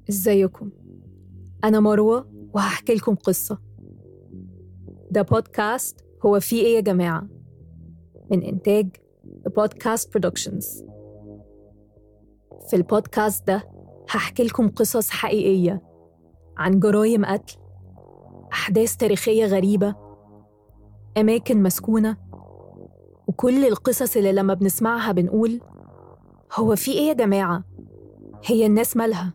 ازيكم؟ أنا مروة وهحكي لكم قصة. ده بودكاست هو فيه إيه يا جماعة؟ من إنتاج بودكاست برودكشنز. في البودكاست ده هحكي لكم قصص حقيقية عن جرايم قتل، أحداث تاريخية غريبة، أماكن مسكونة، وكل القصص اللي لما بنسمعها بنقول هو فيه إيه يا جماعة؟ هي الناس مالها؟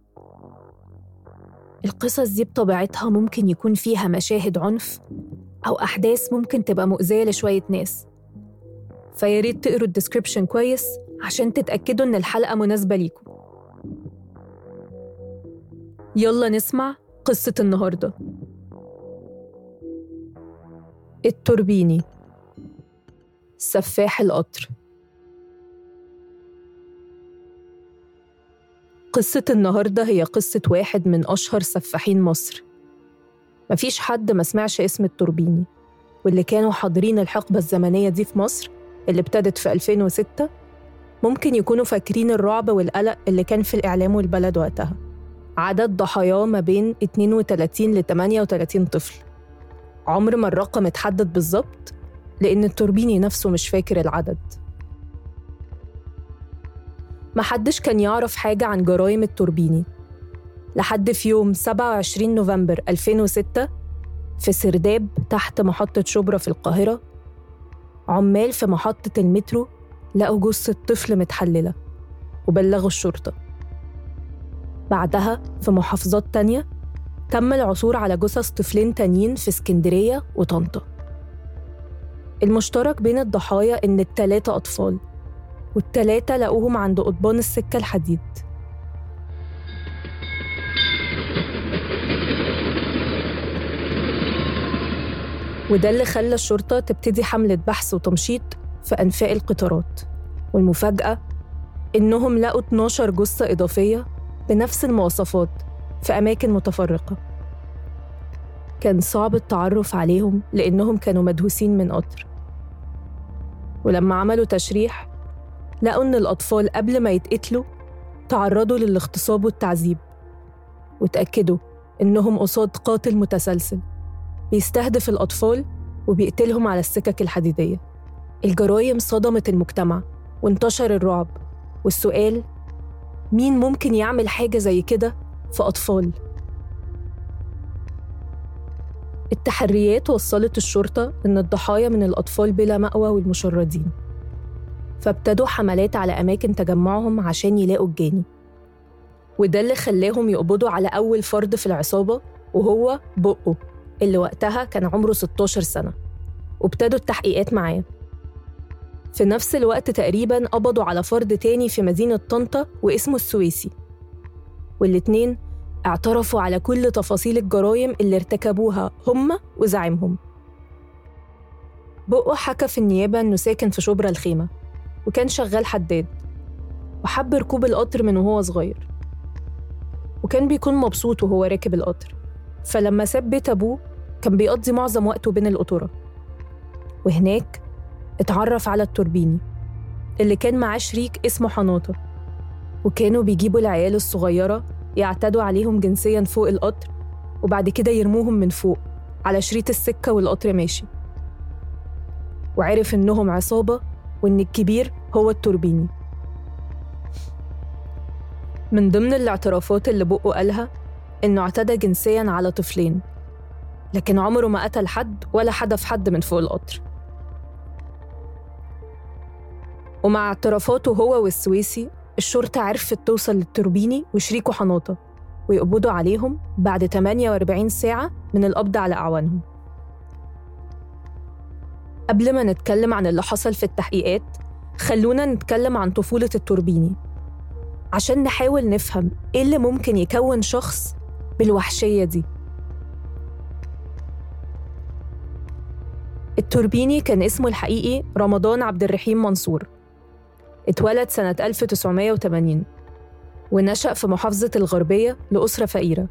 القصص دي بطبيعتها ممكن يكون فيها مشاهد عنف أو أحداث ممكن تبقى مؤذية لشوية ناس، فياريت تقروا الديسكريبشن كويس عشان تتأكدوا إن الحلقة مناسبة ليكم. يلا نسمع قصة النهاردة. التوربيني، سفاح القطر. قصة النهاردة هي قصة واحد من أشهر سفاحين مصر. مفيش حد ما سمعش اسم التوربيني، واللي كانوا حاضرين الحقبة الزمنية دي في مصر اللي ابتدت في 2006 ممكن يكونوا فاكرين الرعب والقلق اللي كان في الإعلام والبلد وقتها. عدد ضحاياه ما بين 32 ل 38 طفل. عمر ما الرقم اتحدد بالظبط لأن التوربيني نفسه مش فاكر العدد. محدش كان يعرف حاجة عن جرائم التوربيني لحد في يوم 27 نوفمبر 2006 في سرداب تحت محطة شبرا في القاهرة. عمال في محطة المترو لقوا جثة طفل متحللة وبلغوا الشرطة. بعدها في محافظات تانية تم العثور على جثث طفلين تانيين في اسكندرية وطنطا. المشترك بين الضحايا إن التلاتة أطفال، والتلاتة لقوهم عند قضبان السكة الحديد. وده اللي خلى الشرطة تبتدي حملة بحث وتمشيط في أنفاق القطارات. والمفاجأة إنهم لقوا 12 جثة إضافية بنفس المواصفات في أماكن متفرقة. كان صعب التعرف عليهم لأنهم كانوا مدهوسين من قطر. ولما عملوا تشريح لقوا إن الأطفال قبل ما يتقتلوا تعرضوا للاغتصاب والتعذيب، وتأكدوا إنهم قصاد قاتل متسلسل بيستهدف الأطفال وبيقتلهم على السكك الحديدية. الجرايم صدمت المجتمع وانتشر الرعب، والسؤال مين ممكن يعمل حاجة زي كده في أطفال؟ التحريات وصلت الشرطة إن الضحايا من الأطفال بلا مأوى والمشردين، فابتدوا حملات على أماكن تجمعهم عشان يلاقوا الجاني. وده اللي خلاهم يقبضوا على أول فرد في العصابة، وهو بقه اللي وقتها كان عمره 16 سنة، وابتدوا التحقيقات معاه. في نفس الوقت تقريباً قبضوا على فرد تاني في مدينة طنطا واسمه السويسي، والاتنين اعترفوا على كل تفاصيل الجرائم اللي ارتكبوها هم وزعيمهم. بقه حكى في النيابة إنه ساكن في شبرا الخيمة وكان شغال حداد، وحب ركوب القطر من وهو صغير، وكان بيكون مبسوط وهو راكب القطر. فلما ساب بيت أبوه كان بيقضي معظم وقته بين القطورة، وهناك اتعرف على التوربيني اللي كان معاه شريك اسمه حناطة، وكانوا بيجيبوا العيال الصغيرة يعتدوا عليهم جنسياً فوق القطر، وبعد كده يرموهم من فوق على شريط السكة والقطر ماشي. وعرف إنهم عصابة وإن الكبير هو التوربيني. من ضمن الاعترافات اللي بقه قالها إنه اعتدى جنسياً على طفلين، لكن عمره ما قتل حد ولا حدف حد من فوق القطر. ومع اعترافاته هو والسويسي الشرطة عرفت توصل للتوربيني وشريكه حناطة ويقبضوا عليهم بعد 48 ساعة من القبض على أعوانهم. قبل ما نتكلم عن اللي حصل في التحقيقات خلونا نتكلم عن طفولة التوربيني عشان نحاول نفهم إيه اللي ممكن يكون شخص بالوحشية دي. التوربيني كان اسمه الحقيقي رمضان عبد الرحيم منصور. اتولد سنة 1980 ونشأ في محافظة الغربية لأسرة فقيرة.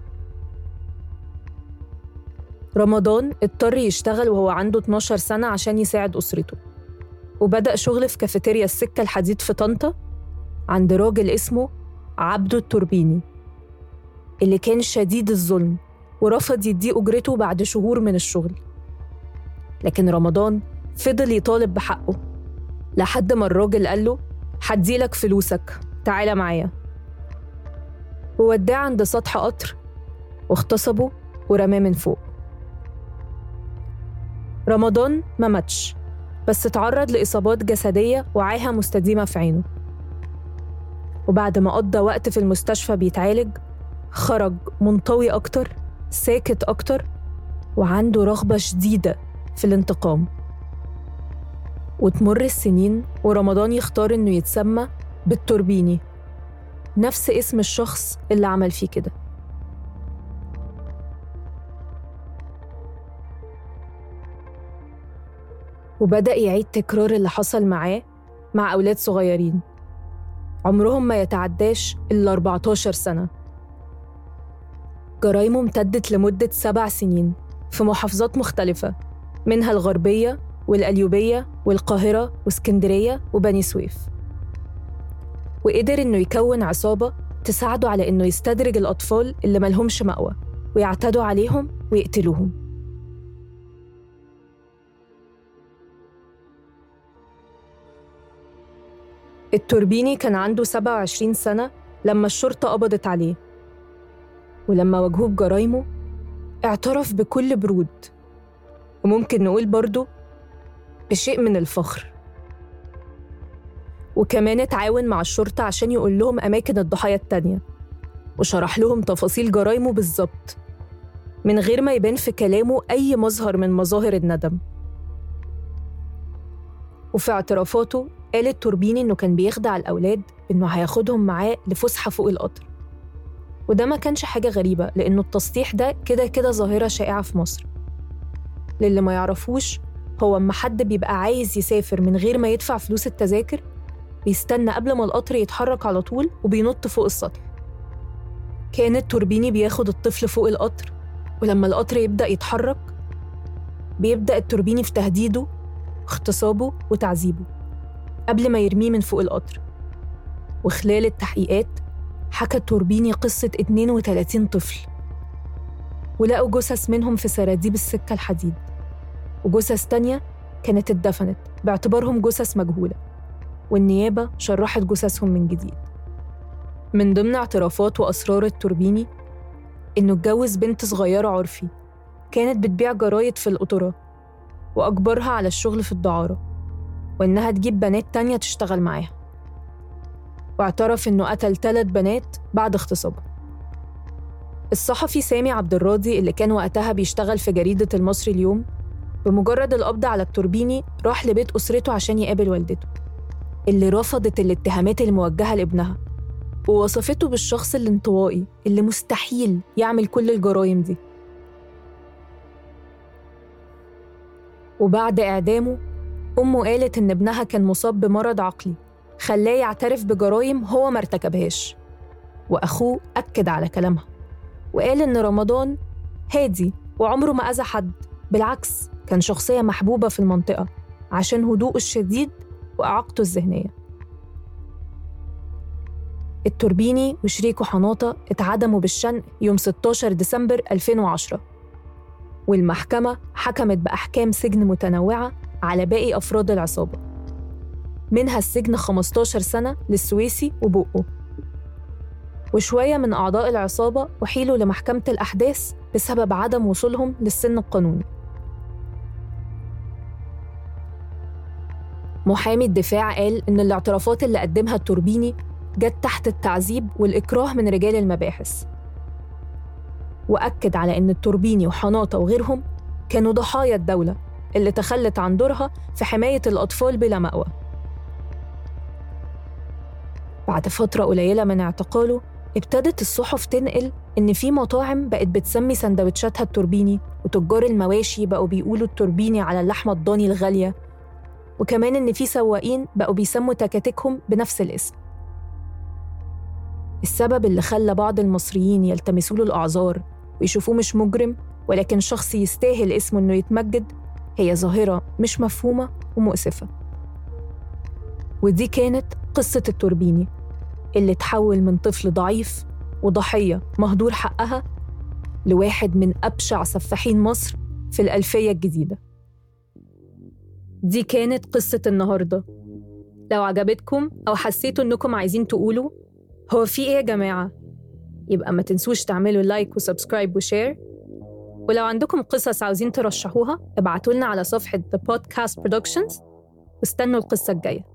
رمضان اضطر يشتغل وهو عنده 12 سنة عشان يساعد أسرته، وبدأ شغل في كافيتيريا السكة الحديد في طنطا عند راجل اسمه عبده التوربيني. اللي كان شديد الظلم ورفض يديه أجرته بعد شهور من الشغل. لكن رمضان فضل يطالب بحقه لحد ما الراجل قال له هديلك فلوسك، تعالى معايا. ووداه عند سطح قطر واغتصبه ورماه من فوق. رمضان ما ماتش، بس اتعرض لإصابات جسدية وعاهة مستديمة في عينه. وبعد ما قضى وقت في المستشفى بيتعالج، خرج منطوي أكتر، ساكت أكتر، وعنده رغبة شديدة في الانتقام. وتمر السنين ورمضان يختار إنه يتسمى بالتوربيني، نفس اسم الشخص اللي عمل فيه كده. وبدأ يعيد تكرار اللي حصل معاه مع أولاد صغيرين عمرهم ما يتعداش إلا 14 سنة. جرايمه امتدت لمدة 7 سنين في محافظات مختلفة، منها الغربية والقليوبية والقاهرة واسكندرية وبني سويف. وقدر إنه يكون عصابة تساعده على إنه يستدرج الأطفال اللي ملهمش مأوى ويعتدوا عليهم ويقتلوهم. التوربيني كان عنده 27 سنة لما الشرطة قبضت عليه، ولما واجهوه بجرايمه اعترف بكل برود، وممكن نقول برضو بشيء من الفخر. وكمان اتعاون مع الشرطة عشان يقول لهم أماكن الضحايا التانية، وشرح لهم تفاصيل جرايمه بالظبط من غير ما يبان في كلامه أي مظهر من مظاهر الندم. وفي اعترافاته قال التوربيني إنه كان بيخدع الأولاد إنه هياخدهم معاه لفسحة فوق القطر، وده ما كانش حاجة غريبة لأنه التسطيح ده كده ظاهرة شائعة في مصر. للي ما يعرفوش، هو أما حد بيبقى عايز يسافر من غير ما يدفع فلوس التذاكر، بيستنى قبل ما القطر يتحرك على طول وبينط فوق السطح. كان التوربيني بياخد الطفل فوق القطر، ولما القطر يبدأ يتحرك بيبدأ التوربيني في تهديده، اغتصابه وتعذيبه قبل ما يرميه من فوق القطر. وخلال التحقيقات حكى التوربيني قصة 32 طفل، ولقوا جثث منهم في سراديب السكة الحديد، وجثث تانية كانت اتدفنت باعتبارهم جثث مجهولة، والنيابة شرحت جثثهم من جديد. من ضمن اعترافات وأسرار التوربيني إنه اتجوز بنت صغيرة عرفي كانت بتبيع جرايد في القطورة، وأجبرها على الشغل في الدعارة، وإنها تجيب بنات تانية تشتغل معاها. واعترف إنه قتل 3 بنات بعد اغتصابهم. الصحفي سامي عبد الراضي اللي كان وقتها بيشتغل في جريدة المصري اليوم، بمجرد القبض على التوربيني راح لبيت أسرته عشان يقابل والدته، اللي رفضت الاتهامات الموجهة لابنها، ووصفته بالشخص الانطوائي اللي مستحيل يعمل كل الجرائم دي. وبعد إعدامه، أمه قالت إن ابنها كان مصاب بمرض عقلي خلاه يعترف بجرائم هو ما ارتكبهاش، وأخوه أكد على كلامها وقال إن رمضان هادي وعمره ما أذى حد، بالعكس كان شخصية محبوبة في المنطقة عشان هدوءه الشديد وإعاقته الذهنية. التوربيني وشريكه حناطة اتعدموا بالشنق يوم 16 ديسمبر 2010، والمحكمة حكمت بأحكام سجن متنوعة على باقي أفراد العصابة، منها السجن 15 سنة للسويسي وبقه. وشوية من أعضاء العصابة أحيلوا لمحكمة الأحداث بسبب عدم وصولهم للسن القانوني. محامي الدفاع قال إن الاعترافات اللي قدمها التوربيني جت تحت التعذيب والإكراه من رجال المباحث، وأكد على إن التوربيني وحناطة وغيرهم كانوا ضحايا الدولة اللي تخلت عن دورها في حماية الأطفال بلا مأوى. بعد فترة قليلة من اعتقاله، ابتدت الصحف تنقل إن في مطاعم بقت بتسمي سندوتشاتها التوربيني، وتجار المواشي بقوا بيقولوا التوربيني على اللحمة الضاني الغالية، وكمان إن في سواقين بقوا بيسموا تكاتكهم بنفس الاسم. السبب اللي خلى بعض المصريين يلتمسوا له الأعذار ويشوفوه مش مجرم ولكن شخص يستاهل اسمه إنه يتمجد، هي ظاهرة مش مفهومة ومؤسفة. ودي كانت قصة التوربيني اللي تحول من طفل ضعيف وضحية مهدور حقها لواحد من أبشع سفاحين مصر في الألفية الجديدة. دي كانت قصة النهاردة. لو عجبتكم أو حسيتوا إنكم عايزين تقولوا هو في إيه يا جماعة، يبقى ما تنسوش تعملوا لايك وسبسكرايب وشير. ولو عندكم قصص عاوزين ترشحوها ابعتولنا على صفحة The Podcast Productions، واستنوا القصة الجاية.